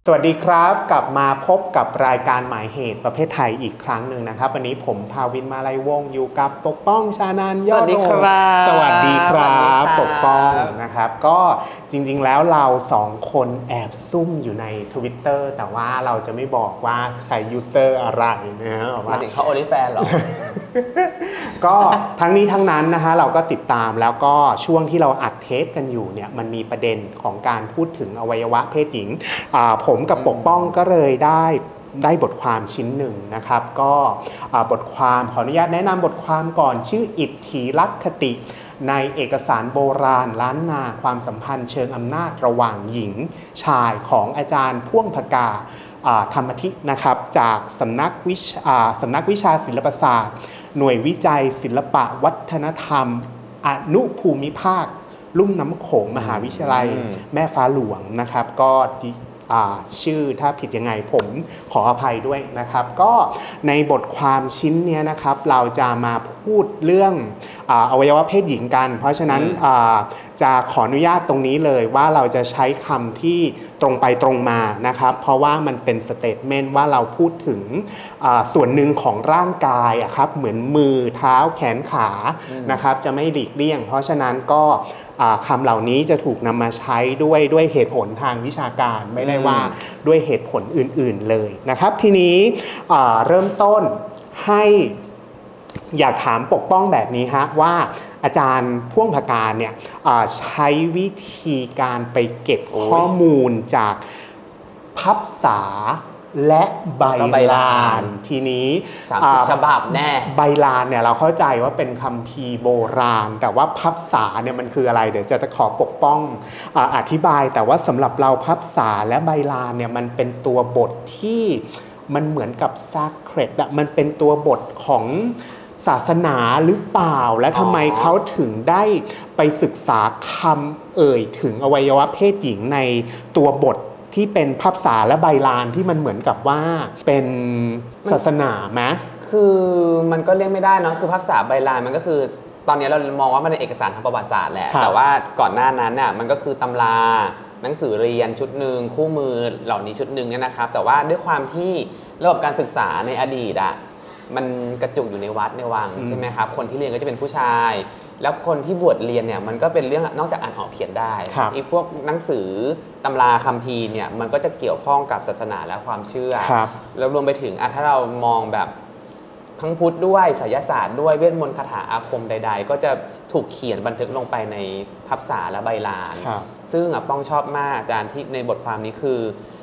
สวัสดีครับกลับมาพบกับรายการหมายเหตุประเภทไทยอีกครั้งหนึ่งนะครับวันนี้ผมภาวินมาลัยวงศ์อยู่กับปกป้องชานันท์ยอดโอสวัสดีครับปกป้องนะครับก็จริงๆแล้วเราสองคนแอบซุ่มอยู่ใน Twitter แต่ว่าเราจะไม่บอกว่าใช้ยูเซอร์อะไรนะฮะมาถึงเขาโอลิแฟนหรอก็ทั้งนี้ทั้งนั้นนะฮะเราก็ติดตามแล้วก็ช่วงที่เราอัดเทปกันอยู่เนี่ยมันมีประเด็นของการพูดถึงอวัยวะเพศหญิงผมกับปกป้องก็เลยได้บทความชิ้นหนึ่งนะครับก็บทความขออนุญาตแนะนำบทความก่อนชื่ออิทธิลักษณ์คติในเอกสารโบราณล้านนาความสัมพันธ์เชิงอำนาจระหว่างหญิงชายของอาจารย์พ่วงพกาธรรมธินะครับจากสำนักวิชาศิลปศาสตร์หน่วยวิจัยศิลปะวัฒนธรรมอนุภูมิภาคลุ่มน้ำโขงมหาวิทยาลัยแม่ฟ้าหลวงนะครับก็ชื่อถ้าผิดยังไงผมขออภัยด้วยนะครับก็ในบทความชิ้นนี้นะครับเราจะมาพูดเรื่องอวัยวะเพศหญิงกันเพราะฉะนั้นจะขออนุญาตตรงนี้เลยว่าเราจะใช้คำที่ตรงไปตรงมานะครับเพราะว่ามันเป็นสเตทเมนต์ว่าเราพูดถึงส่วนหนึ่งของร่างกายครับเหมือนมือเท้าแขนขานะครับจะไม่หลีกเลี่ยงเพราะฉะนั้นก็คำเหล่านี้จะถูกนำมาใช้ด้วยเหตุผลทางวิชาการไม่ได้ว่าด้วยเหตุผลอื่นๆเลยนะครับทีนี้เริ่มต้นให้อยากถามปกป้องแบบนี้ฮะว่าอาจารย์พ่วงพกาเนี่ยใช้วิธีการไปเก็บข้อมูลจากพับษาและใบลานทีนี้ 30 ฉบับแน่ใบลานเนี่ยเราเข้าใจว่าเป็นคัมภีร์โบราณแต่ว่าพับษาเนี่ยมันคืออะไรเดี๋ยวจะขอปกป้องอธิบายแต่ว่าสำหรับเราพับษาและใบลานเนี่ยมันเป็นตัวบทที่มันเหมือนกับซาเครดอะมันเป็นตัวบทของศาสนาหรือเปล่าและทำไมเขาถึงได้ไปศึกษาคำเอ่ยถึงอวัยวะเพศหญิงในตัวบทที่เป็นพับษาและใบลานที่มันเหมือนกับว่าเป็นศาสนาไหมคือมันก็เรียกไม่ได้เนาะคือพับษาใบลานมันก็คือตอนนี้เรามองว่ามันเป็นเอกสารทางประวัติศาสตร์แหละแต่ว่าก่อนหน้านั้นน่ะมันก็คือตำราหนังสือเรียนชุดหนึ่งคู่มือเหล่านี้ชุดหนึ่งเนี่ยนะครับแต่ว่าด้วยความที่ระบบการศึกษาในอดีตอ่ะมันกระจุกอยู่ในวัดในวังใช่ไหมครับคนที่เรียนก็จะเป็นผู้ชายแล้วคนที่บวชเรียนเนี่ยมันก็เป็นเรื่องนอกจากอ่านออกเขียนได้อีพวกหนังสือตำราคัมภีร์เนี่ยมันก็จะเกี่ยวข้องกับศาสนาและความเชื่อแล้วรวมไปถึงถ้าเรามองแบบทั้งพุทธด้วยไสยศาสตร์ด้วยเวทมนต์คาถาอาคมใดๆก็จะถูกเขียนบันทึกลงไปในพับษาและใบลานซึ่งป้องชอบมากอาจารย์ที่ในบทความนี้คือ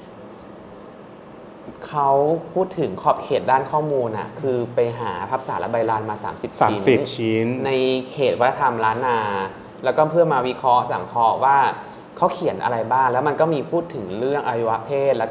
เขาพูดถึงขอบเขตด้านข้อมูลคือไปหาพับษาและใบลานมา30 ชิ้นในเขตวัฒนธรรมล้านนาแล้วก็เพื่อมาวิเคราะห์สังเคราะห์ว่าเขาเขียนอะไรบ้างแล้วมันก็มีพูดถึงเรื่องอวัยวะเพศและ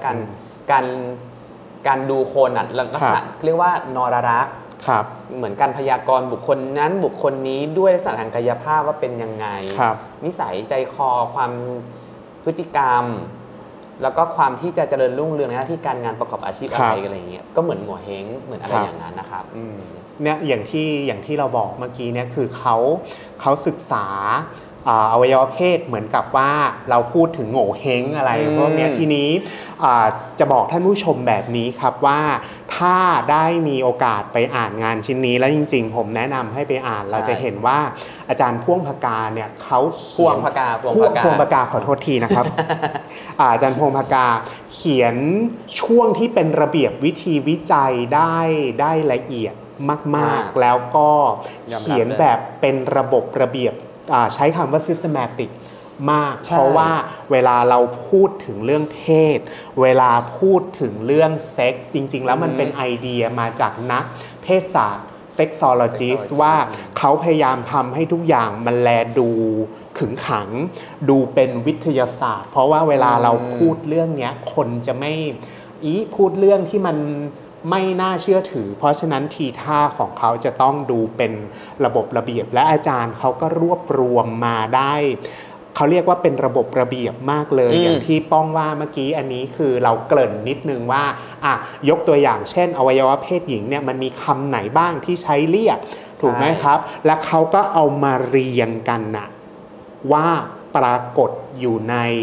การดูคนลักษณะเรียกว่านรรักษ์เหมือนการพยากรณ์บุคคลนั้นบุคคลนี้ด้วยลักษณะทางกายภาพว่าเป็นยังไงนิสัยใจคอความพฤติกรรมแล้วก็ความที่จะเจริญรุ่งเรืองในหน้าที่การงานประกอบอาชีพอะไรอย่างเงี้ยก็เหมือนหงัวเฮงเหมือนอะไรอย่างนั้นนะครับเนี่ยอย่างที่เราบอกเมื่อกี้เนี่ยคือเขาศึกษาอวัยวะเพศเหมือนกับว่าเราพูดถึงโง่เฮงอะไรพวกนี้ทีนี้จะบอกท่านผู้ชมแบบนี้ครับว่าถ้าได้มีโอกาสไปอ่านงานชิ้นนี้แล้วจริงๆผมแนะนำให้ไปอ่านเราจะเห็นว่าอาจารย์พ่วงพกาเนี่ยเขาพ่วงพกาขอโทษทีนะครับ อาจารย์พ่วงพกาเขียนช่วงที่เป็นระเบียบวิธีวิจัยได้ละเอียดมากๆแล้วก็เขียนแบบเป็นระบบระเบียบใช้คำว่า systematic มากเพราะว่าเวลาเราพูดถึงเรื่องเพศเวลาพูดถึงเรื่องเซ็กส์จริงๆแล้วมันเป็นไอเดียมาจากนักเพศศาสตร์ sexologist ว่าเขาพยายามทำให้ทุกอย่างมันแลดูขึงขังดูเป็นวิทยาศาสตร์เพราะว่าเวลาเราพูดเรื่องนี้คนจะไม่พูดเรื่องที่มันไม่น่าเชื่อถือเพราะฉะนั้นทีท่าของเขาจะต้องดูเป็นระบบระเบียบและอาจารย์เขาก็รวบรวมมาได้เขาเรียกว่าเป็นระบบระเบียบมากเลยอย่างที่ป้องว่าเมื่อกี้อันนี้คือเราเกริ่นนิดนึงว่ายกตัวอย่างเช่นอวัยวะเพศหญิงเนี่ยมันมีคำไหนบ้างที่ใช้เรียกถูกไหมครับและเขาก็เอามาเรียงกันว่าปรากฏอยู่ใน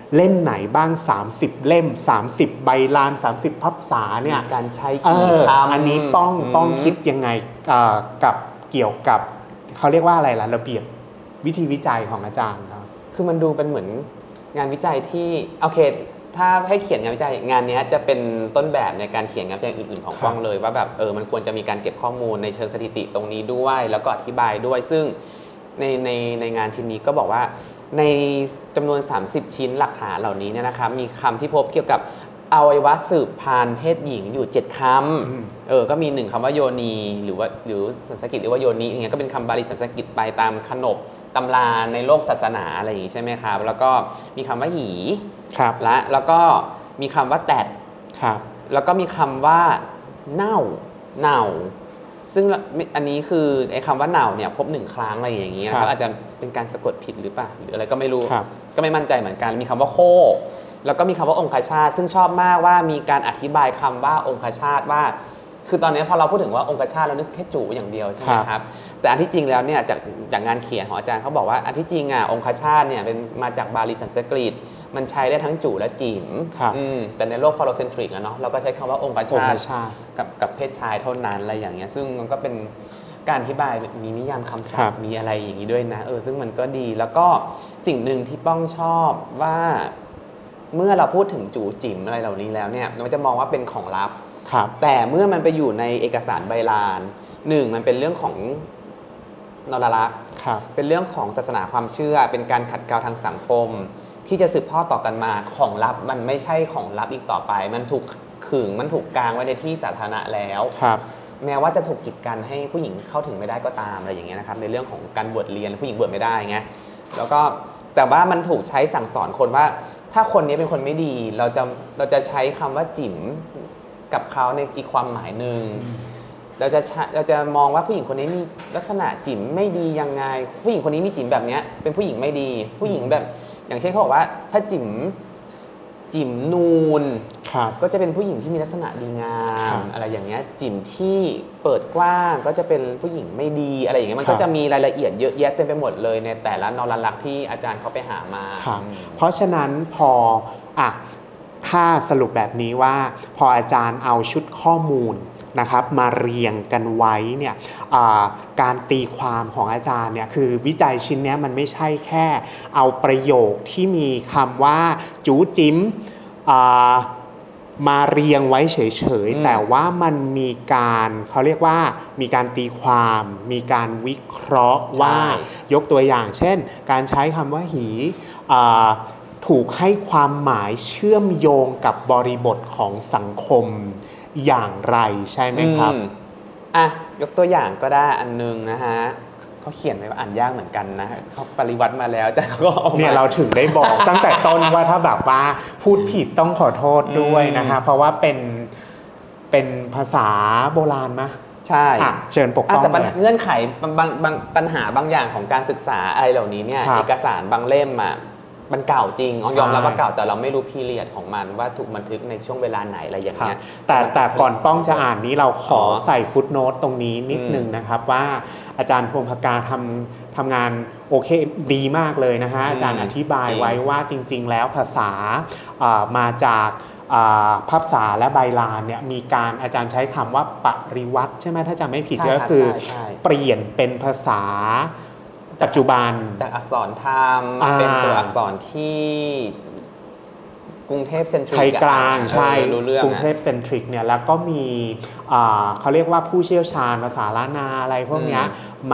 เล่มไหนบ้าง30เล่ม30ใบลาน30พับษาเนี่ยการใช้กี่คำอันนี้ต้องคิดยังไงกับเกี่ยวกับเขาเรียกว่าอะไรล่ะระเบียบวิธีวิจัยของอาจารย์ครับคือมันดูเป็นเหมือนงานวิจัยที่โอเคถ้าให้เขียนงานวิจัยงานนี้จะเป็นต้นแบบในการเขียนงานวิจัยอื่นๆของป้องเลยว่าแบบมันควรจะมีการเก็บข้อมูลในเชิงสถิติตรงนี้ด้วยแล้วก็อธิบายด้วยซึ่งในงานชิ้นนี้ก็บอกว่าในจำนวน30ชิ้นหลักฐานเหล่านี้เนี่ยนะครับมีคำที่พบเกี่ยวกับอวัยวะสืบพันธุ์เพศหญิงอยู่7คำก็มี1คำว่าโยนีหรือสันสกฤตเรียกว่าโยนีอย่างเงี้ยก็เป็นคำบาลีสันสกฤตไปตามขนบตำราในโลกศาสนาอะไรอย่างงี้ใช่ไหมครับแล้วก็มีคำว่าหีแล้วก็มีคำว่าแตดแล้วก็มีคำว่าเน่าซึ่งอันนี้คือไอ้คำว่าเน่าเนี่ยพบ1ครั้งอะไรอย่างเงี้ยเขาอาจจะเป็นการสะกดผิดหรือเปล่าหรืออะไรก็ไม่รู้ก็ไม่มั่นใจเหมือนกันมีคำว่าโคแล้วก็มีคำว่าองคชาตซึ่งชอบมากว่ามีการอธิบายคำว่าองคชาตว่าคือตอนนี้พอเราพูดถึงว่าองคชาตเรานึกแค่จูอย่างเดียวใช่ไหมครับแต่อันที่จริงแล้วเนี่ยจากงานเขียนของอาจารย์เขาบอกว่าอันที่จริงองคชาตเนี่ยเป็นมาจากบาลีสันสกฤตมันใช้ได้ทั้งจูและจิ๋มแต่ในโลกฟาโลเซนทริกเนาะเราก็ใช้คำว่าองคชาตกับเพศชายเท่านั้นอะไรอย่างเงี้ยซึ่งมันก็เป็นการอธิบายมีนิยามคำศัพท์มีอะไรอย่างนี้ด้วยนะซึ่งมันก็ดีแล้วก็สิ่งหนึ่งที่ป้องชอบว่าเมื่อเราพูดถึงจูจิ๋มอะไรเหล่านี้แล้วเนี่ยมันจะมองว่าเป็นของลับแต่เมื่อมันไปอยู่ในเอกสารใบลานมันเป็นเรื่องของนรลักษณ์เป็นเรื่องของศาสนาความเชื่อเป็นการขัดเกลาทางสังคมที่จะสืบทอดต่อกันมาของลับมันไม่ใช่ของลับอีกต่อไปมันถูกขึงมันถูกกางไว้ในที่สาธารณะแล้วแม้ว่าจะถูกกีดกันให้ผู้หญิงเข้าถึงไม่ได้ก็ตามอะไรอย่างเงี้ยนะครับในเรื่องของการบวชเรียนผู้หญิงบวชไม่ได้ไงแล้วก็แต่ว่ามันถูกใช้สั่งสอนคนว่าถ้าคนนี้เป็นคนไม่ดีเราจะใช้คำว่าจิ๋มกับเขาในอีกความหมายหนึ่งเราจะมองว่าผู้หญิงคนนี้มีลักษณะจิ๋มไม่ดียังไงผู้หญิงคนนี้มีจิ๋มแบบนี้เป็นผู้หญิงไม่ดีผู้หญิงแบบอย่างเช่นเขาบอกว่าถ้าจิ๋มนูนก็จะเป็นผู้หญิงที่มีลักษณะดีงามอะไรอย่างเงี้ยจิ๋มที่เปิดกว้างก็จะเป็นผู้หญิงไม่ดีอะไรอย่างเงี้ยมันก็จะมีรายละเอียดเยอะแยะเต็มไปหมดเลยในแต่ละนรลักษณ์ที่อาจารย์เขาไปหามาเพราะฉะนั้นพอถ้าสรุปแบบนี้ว่าพออาจารย์เอาชุดข้อมูลนะครับมาเรียงกันไว้เนี่ยการตีความของอาจารย์เนี่ยคือวิจัยชิ้นนี้มันไม่ใช่แค่เอาประโยคที่มีคำว่าจู๋จิ๋มมาเรียงไว้เฉยๆแต่ว่ามันมีการเขาเรียกว่ามีการตีความมีการวิเคราะห์ว่ายกตัวอย่างเช่นการใช้คำว่าหีถูกให้ความหมายเชื่อมโยงกับบริบทของสังคมอย่างไรใช่ไหมครับยกตัวอย่างก็ได้อันนึงนะฮะเขาเขียนไว้ว่าอ่านยากเหมือนกันนะเขาปริวัติมาแล้วแต่ก็เนี่ยเราถึงได้บอก ตั้งแต่ต้นว่าถ้าแบบว่าพูดผิดต้องขอโทษด้วยนะคะเพราะว่าเป็นภาษาโบราณมั้ยใช่เชิญปกป้องแต่เงื่อนไขบางปัญหาบางอย่างของการศึกษาอะไรเหล่านี้เนี่ยเอกสารบางเล่มมันเก่าจริงยอมรับว่าเก่าแต่เราไม่รู้พีเรียดของมันว่าถูกบันทึกในช่วงเวลาไหนอะไรอย่างเงี้ยแต่ก่อนป้องจะอ่านนี้เราขอใส่ฟุตโนตตรงนี้นิดนึงนะครับว่าอาจารย์พวงภกาทำงานโอเคดีมากเลยนะฮะอาจารย์อธิบายไว้ว่าจริงๆแล้วภาษามาจากภาษาและใบลานเนี่ยมีการอาจารย์ใช้คำว่าปริวัติใช่ไหมถ้าจำไม่ผิดก็คือเปลี่ยนเป็นภาษาปัจจุบันจากอักษรธรรมเป็นตัวอักษรที่กรุงเทพเซนทริกไทยกลางใช่กรุงเทพเซนทริกเนี่ยแล้วก็มีเขาเรียกว่าผู้เชี่ยวชาญภาษาล้านนาอะไรพวกนี้มา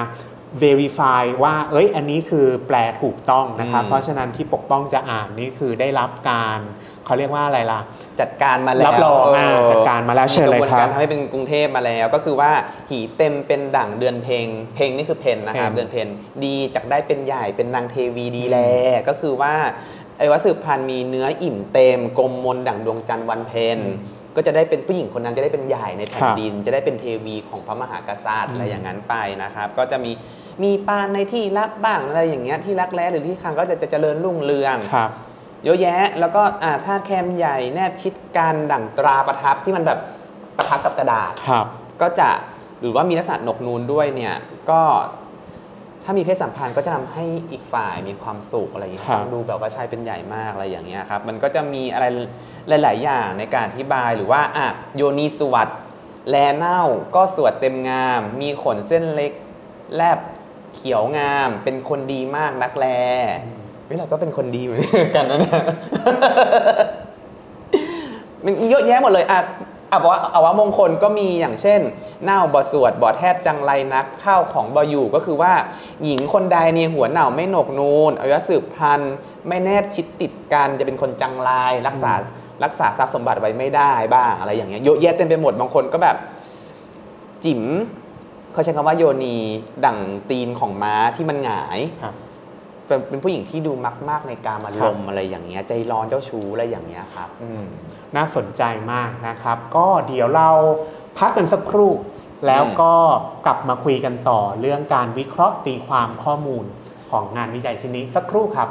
verify ว่าอันนี้คือแปลถูกต้องนะครับเพราะฉะนั้นที่ปกป้องจะอ่านนี่คือได้รับการเขาเรียกว่าอะไรล่ะจัดการมาแล้วรับรองจัดการมาแล้วเชิญเลยครับการทำให้เป็นกรุงเทพมาแล้วก็คือว่าหีเต็มเป็นดั่งเดือนเพ็งนี่คือเพนนะครับเดือนเพ็ญดีจักได้เป็นใหญ่เป็นนางเทวีดีแลก็คือว่าไอ้วัสืบพันธุ์มีเนื้ออิ่มเต็มกลมมนดั่งดวงจันทร์วันเพ็ญก็จะได้เป็นผู้หญิงคนนั้นจะได้เป็นใหญ่ในแผ่นดินจะได้เป็นเทวีของพระมหากษัตริย์อะไรอย่างนั้นไปนะครับก็จะมีปานในที่รักบ้างอะไรอย่างเงี้ยที่รักแร้หรือที่คังก็จะเจริญรุ่งเรืองเยอะแยะแล้วก็ธาตุแคมใหญ่แนบชิดกันดั่งตราประทับที่มันแบบประทับกับกระดาษก็จะหรือว่ามีลักษณะหนกนูนด้วยเนี่ยก็ถ้ามีเพศสัมพันธ์ก็จะทำให้อีกฝ่ายมีความสุขอะไรอย่างเงี้ยฟังดูแบบว่าชายเป็นใหญ่มากอะไรอย่างเงี้ยครับมันก็จะมีอะไรหลายๆอย่างในการอธิบายหรือว่าโยนีสวัสดิ์แลเน่าก็สวดเต็มงามมีขนเส้นเล็กแลบเขียวงามเป็นคนดีมากนักแลเราก็เป็นคนดีเหมือนกันนะเนี่ยมันเยอะแยะหมดเลยเอาว่ามงคลก็มีอย่างเช่นเน่าบ่สวดบ่แทบจังไรนักข้าวของบ่อยู่ก็คือว่าหญิงคนใดเนี่ยหัวเหน่าไม่หนกนูนอวัยวะสืบพันธุ์ไม่แนบชิดติดกันจะเป็นคนจังไรรักษาทรัพย์สมบัติไว้ไม่ได้บ้างอะไรอย่างเงี้ยเยอะแยะเต็มไปหมดบางคนก็แบบจิ๋มเขาใช้คำว่าโยนีดั่งตีนของม้าที่มันหงายเป็นผู้หญิงที่ดูมากในการอารมณ์อะไรอย่างเงี้ยใจร้อนเจ้าชู้อะไรอย่างเงี้ยครับน่าสนใจมากนะครับก็เดี๋ยวเราพักกันสักครู่แล้วก็กลับมาคุยกันต่อเรื่องการวิเคราะห์ตีความข้อมูลของงานวิจัยชิ้นนี้สักครู่ครับ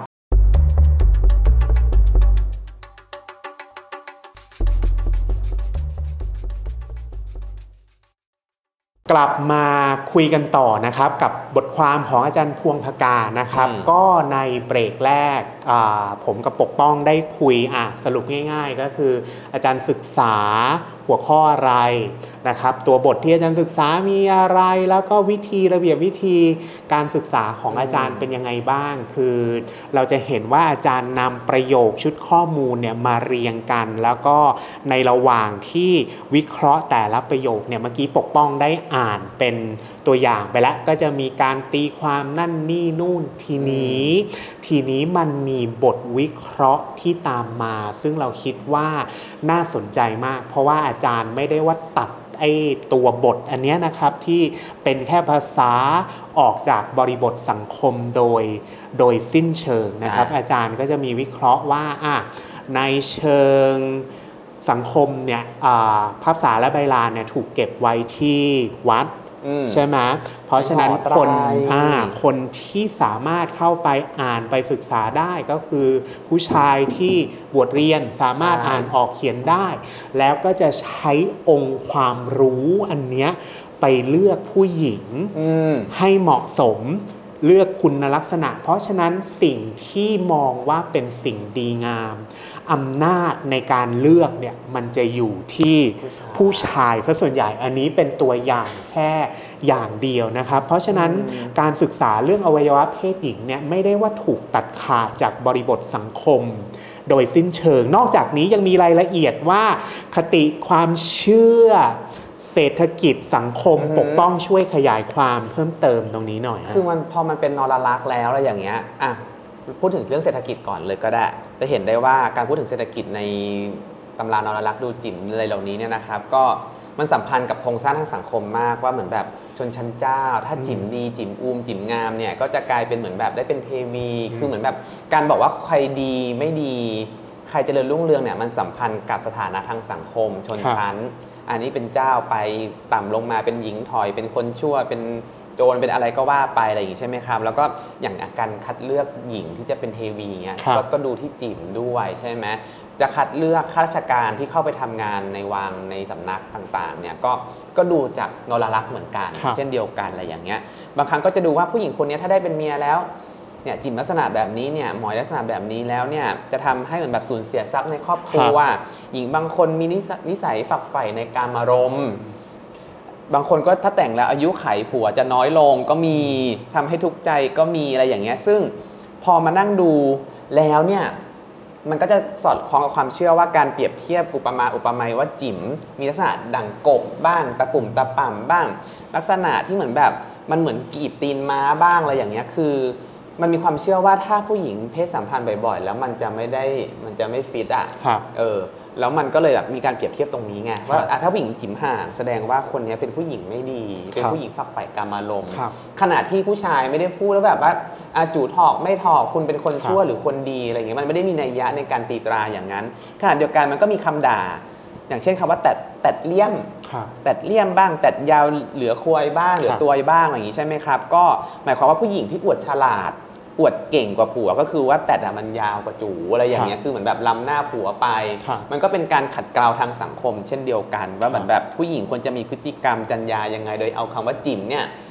กลับมาคุยกันต่อนะครับกับบทความของอาจารย์พวงภกานะครับก็ในเบรกแรกผมกับปกป้องได้คุยสรุปง่ายๆก็คืออาจารย์ศึกษาหัวข้ออะไรนะครับตัวบทที่อาจารย์ศึกษามีอะไรแล้วก็วิธีระเบียบวิธีการศึกษาของอาจารย์เป็นยังไงบ้างคือเราจะเห็นว่าอาจารย์นำประโยคชุดข้อมูลเนี่ยมาเรียงกันแล้วก็ในระหว่างที่วิเคราะห์แต่ละประโยคเนี่ยเมื่อกี้ปกป้องได้อ่านเป็นตัวอย่างไปแล้วก็จะมีการตีความนั่นนี่นู่นทีนี้มันมีบทวิเคราะห์ที่ตามมาซึ่งเราคิดว่าน่าสนใจมากเพราะว่าอาจารย์ไม่ได้ว่าตัดตัวบทอันนี้นะครับที่เป็นแค่ภาษาออกจากบริบทสังคมโดยสิ้นเชิงนะครับอาจารย์ก็จะมีวิเคราะห์ว่าในเชิงสังคมเนี่ยภาษาและใบลานเนี่ยถูกเก็บไว้ที่วัดใช่ไหมเพราะฉะนั้นคนที่สามารถเข้าไปอ่านไปศึกษาได้ก็คือผู้ชายที่บวชเรียนสามารถอ่านออกเขียนได้แล้วก็จะใช้องค์ความรู้อันเนี้ยไปเลือกผู้หญิงให้เหมาะสมเลือกคุณลักษณะเพราะฉะนั้นสิ่งที่มองว่าเป็นสิ่งดีงามอำนาจในการเลือกเนี่ยมันจะอยู่ที่ผู้ชายซะส่วนใหญ่อันนี้เป็นตัวอย่างแค่อย่างเดียวนะครับเพราะฉะนั้นการศึกษาเรื่องอวัยวะเพศหญิงเนี่ยไม่ได้ว่าถูกตัดขาดจากบริบทสังคมโดยสิ้นเชิงนอกจากนี้ยังมีรายละเอียดว่าคติความเชื่อเศรษฐกิจสังคมปกป้องช่วยขยายความเพิ่มเติมตรงนี้หน่อยคือพอมันเป็นนรลักษณ์แล้วอะไรอย่างเงี้ยพูดถึงเรื่องเศรษฐกิจก่อนเลยก็ได้จะเห็นได้ว่าการพูดถึงเศรษฐกิจในตำรานรลักษณ์ดูจิ๋มอะไรเหล่านี้เนี่ยนะครับก็มันสัมพันธ์กับโครงสร้างทางสังคมมากว่าเหมือนแบบชนชั้นเจ้าถ้าจิ๋มดีจิ๋มจิ๋มงามเนี่ยก็จะกลายเป็นเหมือนแบบได้เป็นเทวีคือเหมือนแบบการบอกว่าใครดีไม่ดีใครเจริญรุ่งเรืองเนี่ยมันสัมพันธ์กับสถานะทางสังคมชนชั้นอันนี้เป็นเจ้าไปต่ำลงมาเป็นหญิงถอยเป็นคนชั่วเป็นโจรเป็นอะไรก็ว่าไปอะไรอย่างนี้ใช่ไหมครับแล้วก็อย่างการคัดเลือกหญิงที่จะเป็นเทวีเงี้ยก็ดูที่จิ๋มด้วยใช่ไหมจะคัดเลือกข้าราชการที่เข้าไปทำงานในวังในสำนักต่างๆเนี่ยก็ดูจากนรลักษณ์เหมือนกันเช่นเดียวกันอะไรอย่างเงี้ยบางครั้งก็จะดูว่าผู้หญิงคนนี้ถ้าได้เป็นเมียแล้วเนี่ยจิ๋มลักษณะแบบนี้เนี่ยหมอยลักษณะแบบนี้แล้วเนี่ยจะทำให้เหมือนแบบสูญเสียทรัพย์ในครอบครัวหญิงบางคนมีนิสัยฝักใฝ่ในกามารมณ์บางคนก็ถ้าแต่งแล้วอายุไขผัวจะน้อยลงก็มีทำให้ทุกข์ใจก็มีอะไรอย่างเงี้ยซึ่งพอมานั่งดูแล้วเนี่ยมันก็จะสอดคล้องกับความเชื่อว่าการเปรียบเทียบอุปไมยว่าจิ๋มมีลักษณะดั่งกบบ้างตะปุ่มตะป่ำบ้างลักษณะที่เหมือนแบบมันเหมือนกีบตีนม้าบ้างอะไรอย่างเงี้ยคือมันมีความเชื่อว่าถ้าผู้หญิงเพศสัมพันธ์บ่อยๆแล้วมันจะไม่ฟิตแล้วมันก็เลยแบบมีการเปรียบเทียบตรงนี้ไงว่าถ้าผู้หญิงจิ๋มห่างแสดงว่าคนนี้เป็นผู้หญิงไม่ดีเป็นผู้หญิงฝักใฝ่กามารมณ์ขณะที่ผู้ชายไม่ได้พูดแล้วแบบว่าจู่ถอกไม่ถอกคุณเป็นคนชั่วหรือคนดีอะไรอย่างเงี้ยมันไม่ได้มีนัยยะในการตีตราอย่างนั้นขณะเดียวกันมันก็มีคำด่าอย่างเช่นคำว่าแตดเลี่ยมบ้างแตดยาวเหลือควยบ้างเหลือตัวบ้างอย่างนี้ใช่ไหมครับก็หมายความว่าผู้หญิงที่อวดฉลาดอวดเก่งกว่าผัวก็คือว่าแต่มันยาวกว่าจูอะไรอย่างเงี้ยคือเหมือนแบบล้ำหน้าผัวไปมันก็เป็นการขัดเกลาทางสังคมเช่นเดียวกันว่าเหมือนแบบผู้หญิงควรจะมีพฤติกรรมจรรยายังไงโดยเอาคำว่าจิ๋มเนี่ย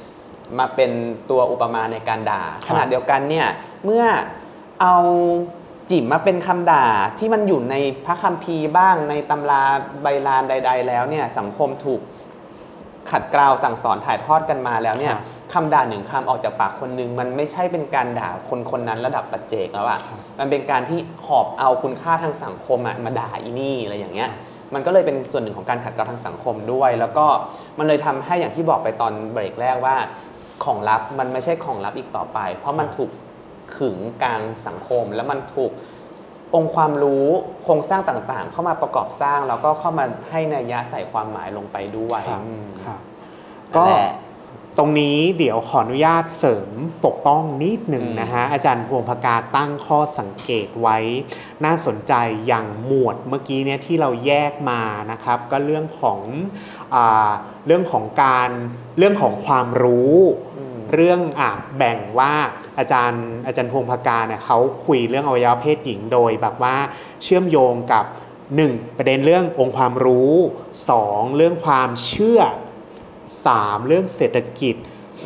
มาเป็นตัวอุปมาในการด่าขณะเดียวกันเนี่ยเมื่อเอาจิ๋มมาเป็นคำด่าที่มันอยู่ในพระคัมภีร์บ้างในตำราใบลานใดๆแล้วเนี่ยสังคมถูกขัดเกลาสั่งสอนถ่ายทอดกันมาแล้วเนี่ยคำด่าหนึ่งคำออกจากปากคนนึงมันไม่ใช่เป็นการด่าคนคนนั้นระดับปัจเจกแล้วอะมันเป็นการที่หอบเอาคุณค่าทางสังคมมาด่าอีนี่อะไรอย่างเงี้ยมันก็เลยเป็นส่วนหนึ่งของการขัดเกลาทางสังคมด้วยแล้วก็มันเลยทำให้อย่างที่บอกไปตอนเบรกแรกว่าของลับมันไม่ใช่ของลับอีกต่อไปเพราะมันถูกขึงกลางสังคมแล้วมันถูกองค์ความรู้โครงสร้างต่างๆเข้ามาประกอบสร้างแล้วก็เข้ามาให้นัยยะใส่ความหมายลงไปด้วยก็ตรงนี้เดี๋ยวขออนุญาตเสริมปกป้องนิดหนึ่งนะฮะอาจารย์พวงภกาตั้งข้อสังเกตไว้น่าสนใจอย่างหมวดเมื่อกี้เนี่ยที่เราแยกมานะครับก็เรื่องของเรื่องของความรู้เรื่องแบ่งว่าอาจารย์พวงภกาเนี่ยเขาคุยเรื่องอวัยวะเพศหญิงโดยแบบว่าเชื่อมโยงกับ1ประเด็นเรื่ององค์ความรู้2เรื่องความเชื่อ3เรื่องเศรษฐกิจ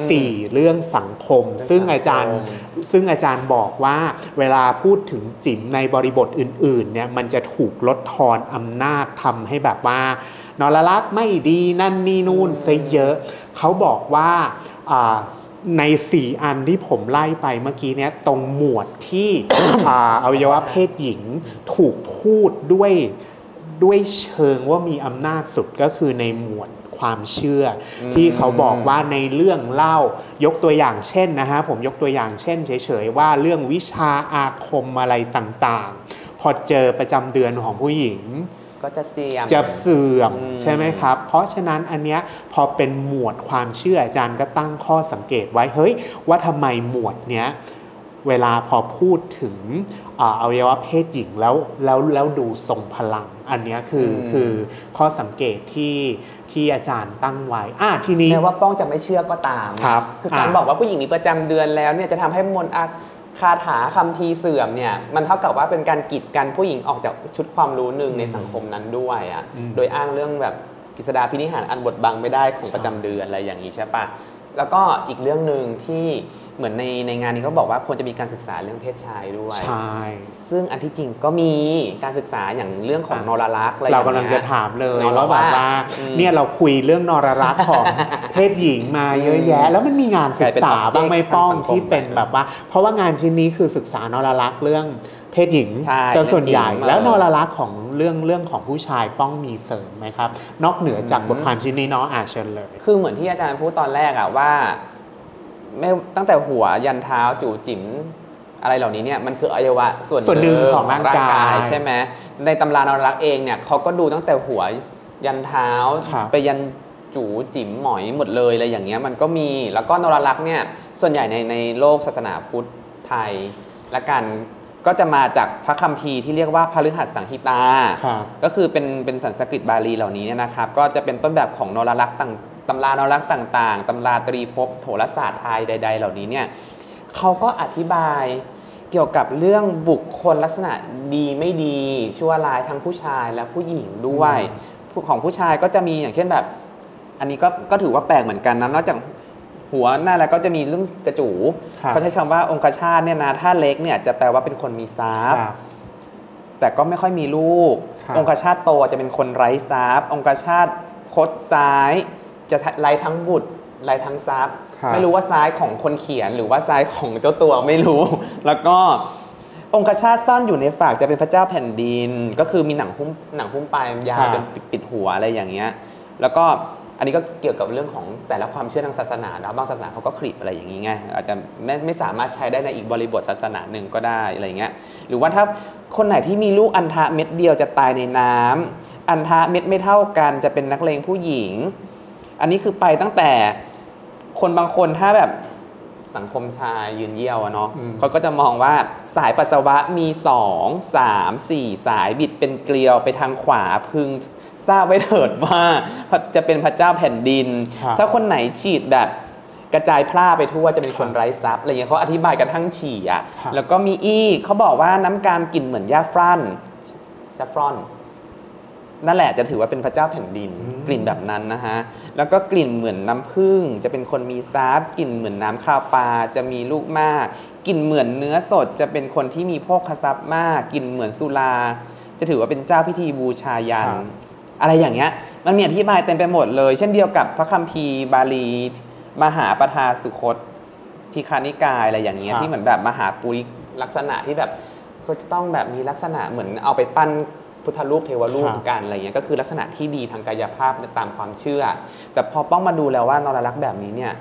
4เรื่องสังคมซึ่งอาจารย์บอกว่าเวลาพูดถึงจิ๋มในบริบทอื่นๆเนี่ยมันจะถูกลดทอนอำนาจทำให้แบบว่านรลักษณ์ไม่ดีนั่นนี่นู่นซะเยอะเขาบอกว่าใน4อันที่ผมไล่ไปเมื่อกี้เนี้ยตรงหมวดที่ อวัยวะเพศหญิงถูกพูดด้วยเชิงว่ามีอำนาจสุดก็คือในหมวดความเชื่อที่เขาบอกว่าในเรื่องเล่ายกตัวอย่างเช่นนะฮะผมยกตัวอย่างเช่นเฉยๆว่าเรื่องวิชาอาคมอะไรต่างๆพอเจอประจำเดือนของผู้หญิงก็จะเสื่อมใช่ไหมครับเพราะฉะนั้นอันเนี้ยพอเป็นหมวดความเชื่ออาจารย์ก็ตั้งข้อสังเกตไว้เฮ้ยว่าทำไมหมวดเนี้ยเวลาพอพูดถึงอวัยวะเพศหญิงแล้วดูทรงพลังอันนี้คือข้อสังเกตที่อาจารย์ตั้งไว้ทีนี้แม้ว่าป้องจะไม่เชื่อก็ตามคือการบอกว่าผู้หญิงมีประจำเดือนแล้วเนี่ยจะทำให้มนต์คาถาคัมภีร์เสื่อมเนี่ยมันเท่ากับว่าเป็นการกีดกันผู้หญิงออกจากชุดความรู้หนึ่งในสังคมนั้นด้วยโดยอ้างเรื่องแบบกฤษฎาพินิหารอันบดบังไม่ได้ของประจำเดือนอะไรอย่างนี้ใช่ปะแล้วก็อีกเรื่องหนึ่งที่เหมือนในงานนี้เขาบอกว่าควรจะมีการศึกษาเรื่องเพศชายด้วยใช่ซึ่งอันที่จริงก็มีการศึกษาอย่างเรื่องของนรลักษณ์อะไรอย่างเงี้ยเรากำลังจะถามเลยว่าแบบว่าเนี่ยเราคุยเรื่องนรลักษณ์ของเพศหญิงมาเยอะแยะแล้วมันมีงานศึกษาบ้างไหมป้องที่เป็นแบบว่าเพราะว่างานชิ้นนี้คือศึกษานรลักษณ์เรื่องเพศหญิงส่วนใหญ่แล้วนรลักษณ์ของเรื่องของผู้ชายป้องมีเสริมไหมครับนอกเหนือจากบทความชิ้นนี้เนาะเชิญเลยคือเหมือนที่อาจารย์พูดตอนแรกว่าไม่ตั้งแต่หัวยันเท้าจู่จิ๋มอะไรเหล่านี้เนี่ยมันคืออวัยวะส่วนหนึ่งของร่างกายใช่ไหมในตำรานรลักษณ์เองเนี่ยเขาก็ดูตั้งแต่หัวยันเท้าไปยันจู่จิ๋มหมอยหมดเลยอะไรอย่างเงี้ยมันก็มีแล้วก็นรลักษณ์เนี่ยส่วนใหญ่ในโลกศาสนาพุทธไทยและกันก็จะมาจากพระคัมภีร์ที่เรียกว่าพฤหัสสังหิตาก็คือเป็นสันสกฤตบาลีเหล่านี้นะครับก็จะเป็นต้นแบบของนรลักษณ์ตำรานรลักษณ์ต่างๆตำราตรีภพโหราศาสตร์ไทยใดๆเหล่านี้เนี่ยเขาก็อธิบายเกี่ยวกับเรื่องบุคคลลักษณะดีไม่ดีชั่วร้ายทั้งผู้ชายและผู้หญิงด้วยของผู้ชายก็จะมีอย่างเช่นแบบอันนี้ก็ถือว่าแปลกเหมือนกันนะนอกจากหัวหน้าแล้วก็จะมีเรื่องกระจูเขาใช้คำว่าองคชาตเนี่ยนะถ้าเล็กเนี่ยจะแปลว่าเป็นคนมีทรัพย์แต่ก็ไม่ค่อยมีลูกองคชาตโตจะเป็นคนไร้ทรัพย์องคชาตคดซ้ายจะไร้ทั้งบุตรไร้ทั้งทรัพย์ไม่รู้ว่าซ้ายของคนเขียนหรือว่าซ้ายของเจ้าตัวไม่รู้แล้วก็องคชาตซ่อนอยู่ในฝากจะเป็นพระเจ้าแผ่นดินก็คือมีหนังหุ้มปลายยาวจนปิดหัวอะไรอย่างเงี้ยแล้วก็อันนี้ก็เกี่ยวกับเรื่องของแต่ละความเชื่อทางศาสนานะบางศาสนาเขาก็คลิปอะไรอย่างนี้ไงอาจจะไม่สามารถใช้ได้ในอีกบริบทศาสนาหนึ่งก็ได้อะไรอย่างเงี้ยหรือว่าถ้าคนไหนที่มีลูกอัณฑะเม็ดเดียวจะตายในน้ำอัณฑะเม็ดไม่เท่ากันจะเป็นนักเลงผู้หญิงอันนี้คือไปตั้งแต่คนบางคนถ้าแบบสังคมชายยืนเยี่ยวเนาะเขาก็จะมองว่าสายปัสสาวะมี2 3 4สายบิดเป็นเกลียวไปทางขวาพึงทราบไว้เถิดว่าจะเป็นพระเจ้าแผ่นดินถ้าคนไหนฉีดแบบกระจายพร่าไปทั่วจะเป็นคนไร้ทรัพย์อะไรอย่างเงี้ยเขาอธิบายกันทั้งฉี่แล้วก็มีอีกเขาบอกว่าน้ำกามกลิ่นเหมือนหญ้าฟรั่นแซฟรอนนั่นแหละจะถือว่าเป็นพระเจ้าแผ่นดินกลิ่นแบบนั้นนะฮะแล้วก็กลิ่นเหมือนน้ำผึ้งจะเป็นคนมีทรัพย์กลิ่นเหมือนน้ำคาวปลาจะมีลูกมากกลิ่นเหมือนเนื้อสดจะเป็นคนที่มีโภคทรัพย์มากกลิ่นเหมือนสุราจะถือว่าเป็นเจ้าพิธีบูชายันอะไรอย่างเงี้ยมันมีอธิบายเต็มไปหมดเลยเช่นเดียวกับพระคัมภีร์บาลีมหาปทาสุคตทีฆานิกายอะไรอย่างเงี้ยที่เหมือนแบบมหาปุริลักษณะที่แบบก็จะต้องแบบมีลักษณะเหมือนเอาไปปั้นพุทธรูปเทวรูปกันอะไรเงี้ยก็คือลักษณะที่ดีทางกายภาพตามความเชื่อแต่พอป้องมาดูแล้วว่านรลักษณ์แบบนี้เนี่ย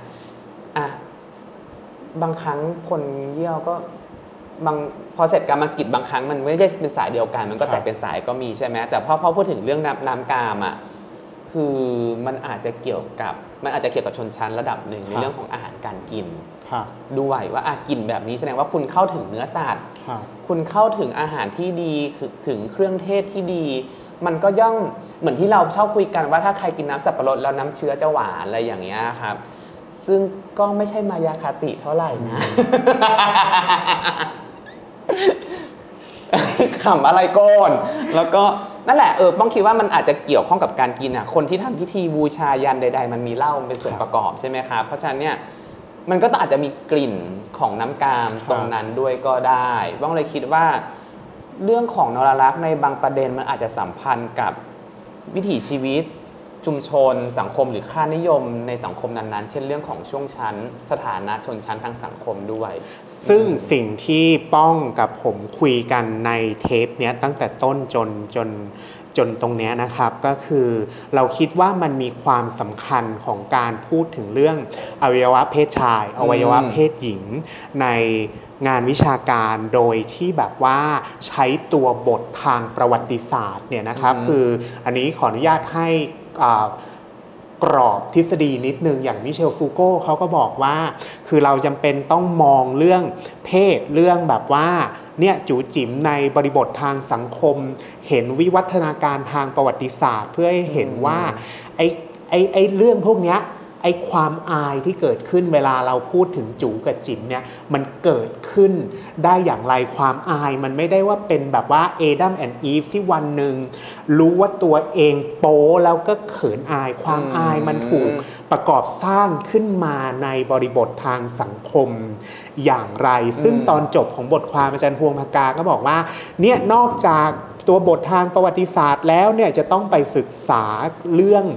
บางครั้งคนเยี่ยวก็พอเสร็จกรรมกิจบางครั้งมันไม่ได้เป็นสายเดียวกันมันก็แตกเป็นสายก็มีใช่ไหมแต่พอพูดถึงเรื่องน้ำกามคือมันอาจจะเกี่ยวกับชนชั้นระดับหนึ่งในเรื่องของอาหารการกินด้วยว่ากินแบบนี้แสดงว่าคุณเข้าถึงเนื้อสัตว์คุณเข้าถึงอาหารที่ดีถึงเครื่องเทศที่ดีมันก็ย่อมเหมือนที่เราชอบคุยกันว่าถ้าใครกินน้ำสับปะรดแล้วน้ำเชื้อจะหวานอะไรอย่างเงี้ยครับซึ่งก็ไม่ใช่มายาคติเท่าไหร่นะขำอะไรก่อนแล้วก็นั่นแหละป้องคิดว่ามันอาจจะเกี่ยวข้องกับการกินคนที่ทำพิธีบูชายันใดๆมันมีเหล้าเป็นส่วนประกอบใช่ไหมครับเพราะฉะนั้นเนี่ยมันก็ต้องอาจจะมีกลิ่นของน้ำกามตรงนั้นด้วยก็ได้บ้องเลยคิดว่าเรื่องของนรลักษณ์ในบางประเด็นมันอาจจะสัมพันธ์กับวิถีชีวิตชุมชนสังคมหรือค่านิยมในสังคมนั้นๆเช่นเรื่องของช่วงชั้นสถานะชนชั้นทางสังคมด้วยซึ่งสิ่งที่ป้องกับผมคุยกันในเทปเนี้ยตั้งแต่ต้นจนตรงนี้นะครับก็คือเราคิดว่ามันมีความสำคัญของการพูดถึงเรื่องอวัยวะเพศชายอวัยวะเพศหญิงในงานวิชาการโดยที่แบบว่าใช้ตัวบททางประวัติศาสตร์เนี่ยนะครับคืออันนี้ขออนุญาตให้กรอบทฤษฎีนิดนึงอย่างมิเชลฟูโก้เขาก็บอกว่าคือเราจำเป็นต้องมองเรื่องเพศเรื่องแบบว่าเนี่ยจู๋จิ๋มในบริบททางสังคมเห็นวิวัฒนาการทางประวัติศาสตร์เพื่อให้เห็นว่าไอ้เรื่องพวกเนี้ยไอ้ความอายที่เกิดขึ้นเวลาเราพูดถึงจู๋กับจิ๋มเนี่ยมันเกิดขึ้นได้อย่างไรความอายมันไม่ได้ว่าเป็นแบบว่าเอดัมแอนด์อีฟที่วันหนึ่งรู้ว่าตัวเองโป๊แล้วก็เขินอายความอายมันถูกประกอบสร้างขึ้นมาในบริบททางสังคมอย่างไรซึ่งตอนจบของบทความอาจารย์พวงภกาก็บอกว่าเนี่ยนอกจากตัวบททางประวัติศาสตร์แล้วเนี่ยจะต้องไปศึกษาเรื่อง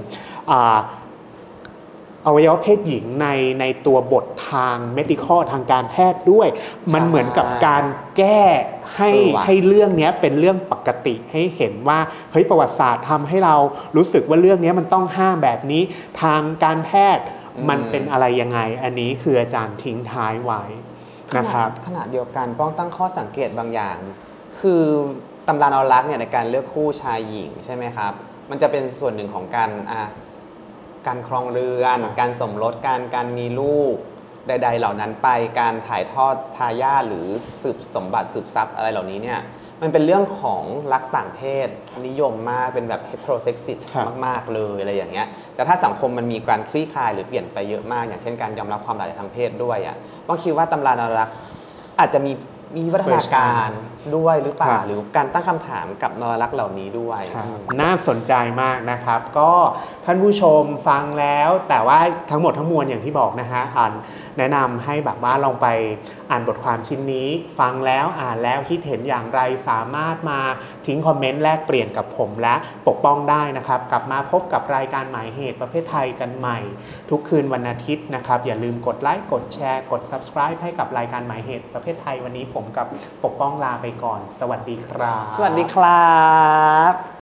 อวัยวะเพศหญิงในตัวบททาง medical ทางการแพทย์ด้วยมันเหมือนกับการแก้ให้เรื่องนี้เป็นเรื่องปกติให้เห็นว่าเฮ้ยประวัติศาสตร์ทำให้เรารู้สึกว่าเรื่องนี้มันต้องห้ามแบบนี้ทางการแพทย์มันเป็นอะไรยังไงอันนี้คืออาจารย์ทิ้งท้ายไว้นะครับขณะเดียวกันป้องตั้งข้อสังเกตบางอย่างคือตำรานรลักษณ์เนี่ยในการเลือกคู่ชายหญิงใช่ไหมครับมันจะเป็นส่วนหนึ่งของการครองเรือนการสมรสการมีลูกใดๆเหล่านั้นไปการถ่ายทอดทายาทหรือสืบสมบัติสืบทรัพย์อะไรเหล่านี้เนี่ยมันเป็นเรื่องของรักต่างเพศนิยมมากเป็นแบบ heterosexist มากๆเลยอะไรอย่างเงี้ยแต่ถ้าสังคมมันมีการคลี่คลายหรือเปลี่ยนไปเยอะมากอย่างเช่นการยอมรับความหลากหลายทางเพศด้วยก็คิดว่าตำรานรลักษณ์อาจจะมีวัฒนาการด้วยหรือเปล่าหรือการตั้งคำถามกับนรลักษณ์เหล่านี้ด้วยน่าสนใจมากนะครับก็ท่านผู้ชมฟังแล้วแต่ว่าทั้งหมดทั้งมวลอย่างที่บอกนะฮะแนะนำให้แบบว่าลองไปอ่านบทความชิ้นนี้ฟังแล้วอ่านแล้วคิดเห็นอย่างไรสามารถมาทิ้งคอมเมนต์แลกเปลี่ยนกับผมและปกป้องได้นะครับกลับมาพบกับรายการหมายเหตุประเภทไทยกันใหม่ทุกคืนวันอาทิตย์นะครับอย่าลืมกดไลค์กดแชร์กด Subscribe ให้กับรายการหมายเหตุประเภทไทยวันนี้ผมกับปกป้องลาไปก่อนสวัสดีครับสวัสดีครับ